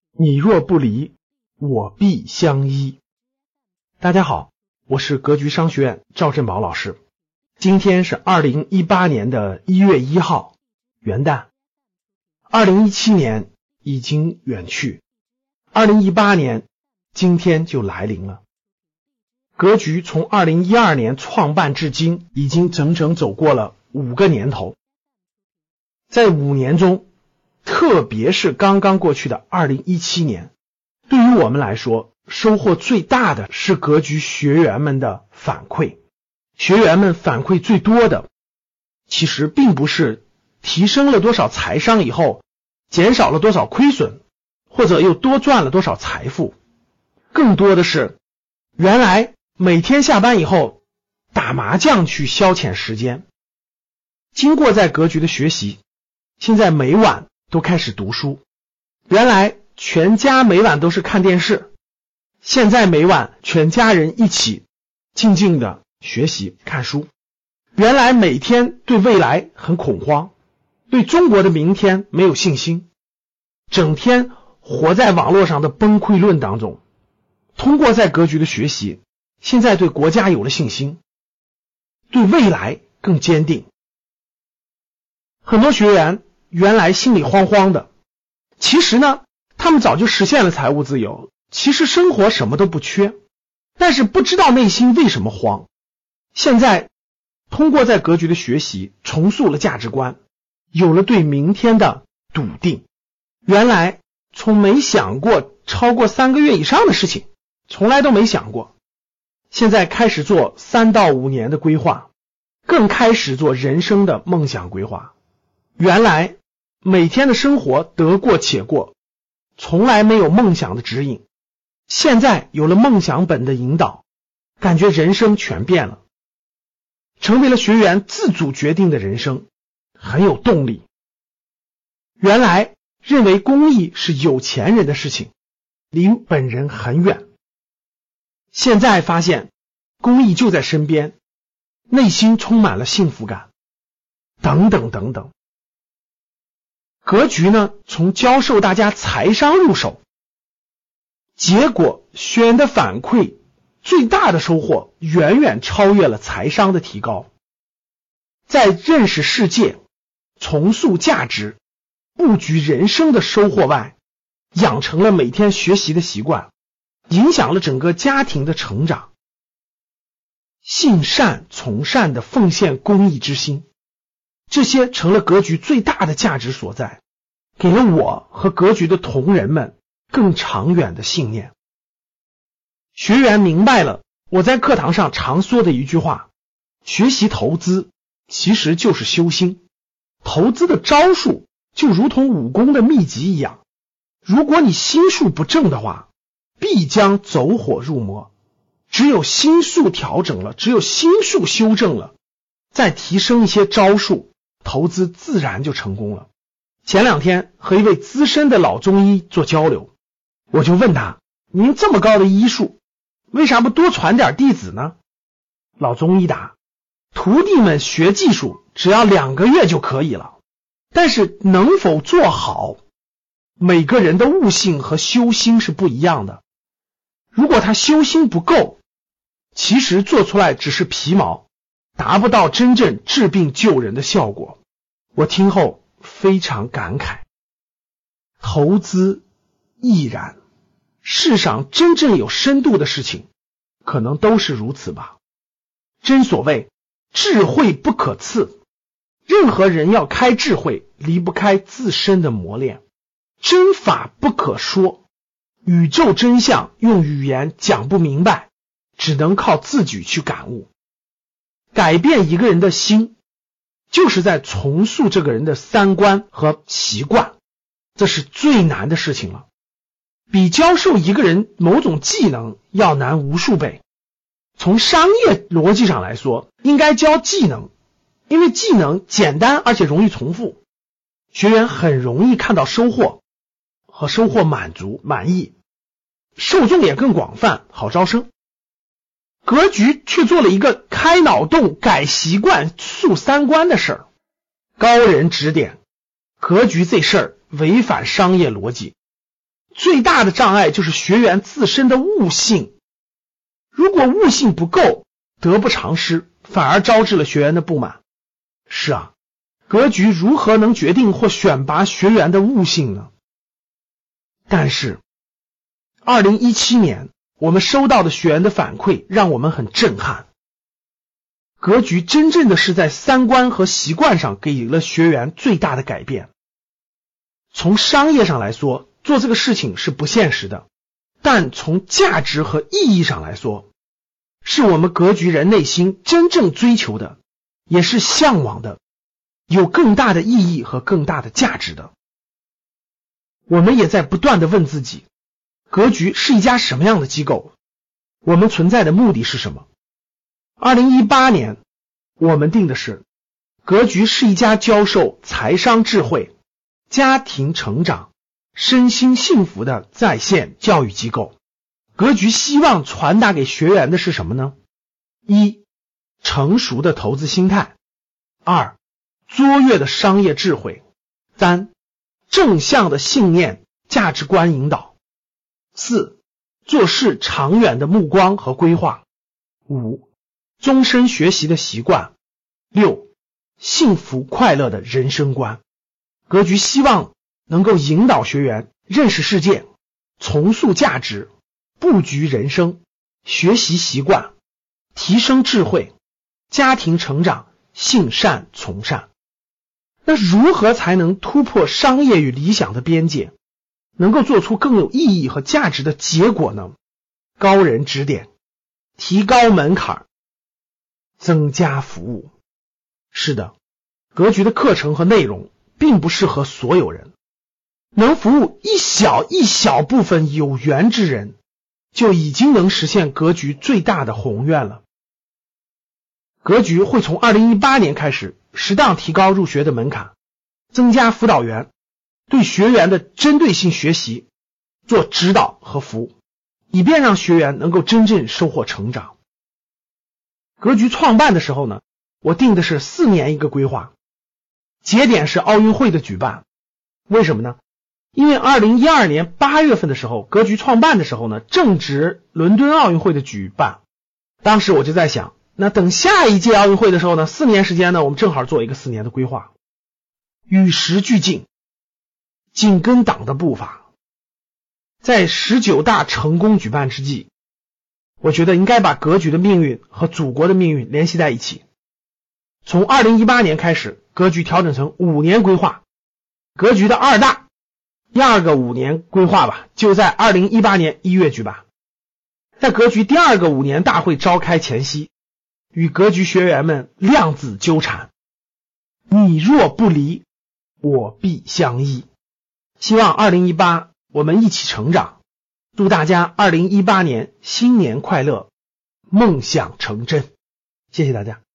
你若不离，我必相依。大家好，我是格局商学院赵振宝老师。今天是2018年的1月1号，元旦。2017年已经远去，2018年今天就来临了。格局从2012年创办至今，已经整整走过了5个年头。在5年中，特别是刚刚过去的2017年，对于我们来说，收获最大的是格局学员们的反馈。学员们反馈最多的，其实并不是提升了多少财商以后，减少了多少亏损，或者又多赚了多少财富，更多的是，原来每天下班以后打麻将去消遣时间，经过在格局的学习，现在每晚都开始读书。原来全家每晚都是看电视，现在每晚全家人一起静静的学习看书。原来每天对未来很恐慌，对中国的明天没有信心，整天活在网络上的崩溃论当中。通过在格局的学习，现在对国家有了信心，对未来更坚定。很多学员原来心里慌慌的，其实呢，他们早就实现了财务自由，其实生活什么都不缺，但是不知道内心为什么慌。现在通过在格局的学习，重塑了价值观，有了对明天的笃定。原来从没想过超过3个月以上的事情，从来都没想过，现在开始做3到5年的规划，更开始做人生的梦想规划。原来每天的生活得过且过，从来没有梦想的指引，现在有了梦想本的引导，感觉人生全变了，成为了学员自主决定的人生，很有动力。原来认为公益是有钱人的事情，离本人很远，现在发现公益就在身边，内心充满了幸福感，等等等等。格局呢，从教授大家财商入手，结果学员的反馈最大的收获远远超越了财商的提高。在认识世界、重塑价值、布局人生的收获外，养成了每天学习的习惯，影响了整个家庭的成长。信善从善的奉献公益之心，这些成了格局最大的价值所在，给了我和格局的同仁们更长远的信念。学员明白了我在课堂上常说的一句话，学习投资其实就是修心。投资的招数就如同武功的秘籍一样，如果你心术不正的话，必将走火入魔。只有心术调整了，只有心术修正了，再提升一些招数，投资自然就成功了。前2天和一位资深的老中医做交流，我就问他，您这么高的医术，为啥不多传点弟子呢？老中医答，徒弟们学技术只要2个月就可以了，但是能否做好，每个人的悟性和修心是不一样的。如果他修心不够，其实做出来只是皮毛，达不到真正治病救人的效果。我听后非常感慨，投资亦然，世上真正有深度的事情，可能都是如此吧。真所谓智慧不可赐，任何人要开智慧，离不开自身的磨练。真法不可说，宇宙真相用语言讲不明白，只能靠自己去感悟。改变一个人的心，就是在重塑这个人的三观和习惯，这是最难的事情了，比教授一个人某种技能要难无数倍。从商业逻辑上来说，应该教技能，因为技能简单而且容易重复，学员很容易看到收获和收获满足满意，受众也更广泛，好招生。格局却做了一个开脑洞、改习惯、塑三观的事儿。高人指点，格局这事儿违反商业逻辑， 最大的障碍就是学员自身的悟性。如果悟性不够，得不偿失，反而招致了学员的不满。是啊，格局如何能决定或选拔学员的悟性呢？但是2017年我们收到的学员的反馈让我们很震撼。格局真正的是在三观和习惯上给了学员最大的改变。从商业上来说，做这个事情是不现实的，但从价值和意义上来说，是我们格局人内心真正追求的，也是向往的，有更大的意义和更大的价值的。我们也在不断的问自己，格局是一家什么样的机构？我们存在的目的是什么？2018年我们定的是，格局是一家教授财商智慧、家庭成长、身心幸福的在线教育机构。格局希望传达给学员的是什么呢？一、成熟的投资心态；二、卓越的商业智慧；三、正向的信念、价值观引导；四、做事长远的目光和规划；五、终身学习的习惯；六、幸福快乐的人生观。格局希望能够引导学员认识世界、重塑价值、布局人生、学习习惯、提升智慧、家庭成长、性善从善。那如何才能突破商业与理想的边界，能够做出更有意义和价值的结果呢？高人指点，提高门槛，增加服务。是的，格局的课程和内容并不适合所有人，能服务一小部分有缘之人，就已经能实现格局最大的宏愿了。格局会从2018年开始适当提高入学的门槛，增加辅导员，对学员的针对性学习做指导和服务，以便让学员能够真正收获成长。格局创办的时候呢，我定的是4年一个规划，节点是奥运会的举办。为什么呢？因为2012年8月份的时候，格局创办的时候呢，正值伦敦奥运会的举办。当时我就在想，那等下一届奥运会的时候呢，4年时间呢，我们正好做一个4年的规划，与时俱进，紧跟党的步伐。在19大成功举办之际，我觉得应该把格局的命运和祖国的命运联系在一起。从2018年开始，格局调整成5年规划，格局的2大第2个5年规划吧，就在2018年1月举办。在格局第2个5年大会召开前夕，与格局学员们量子纠缠，你若不离，我必相依。希望2018我们一起成长，祝大家2018年新年快乐，梦想成真。谢谢大家。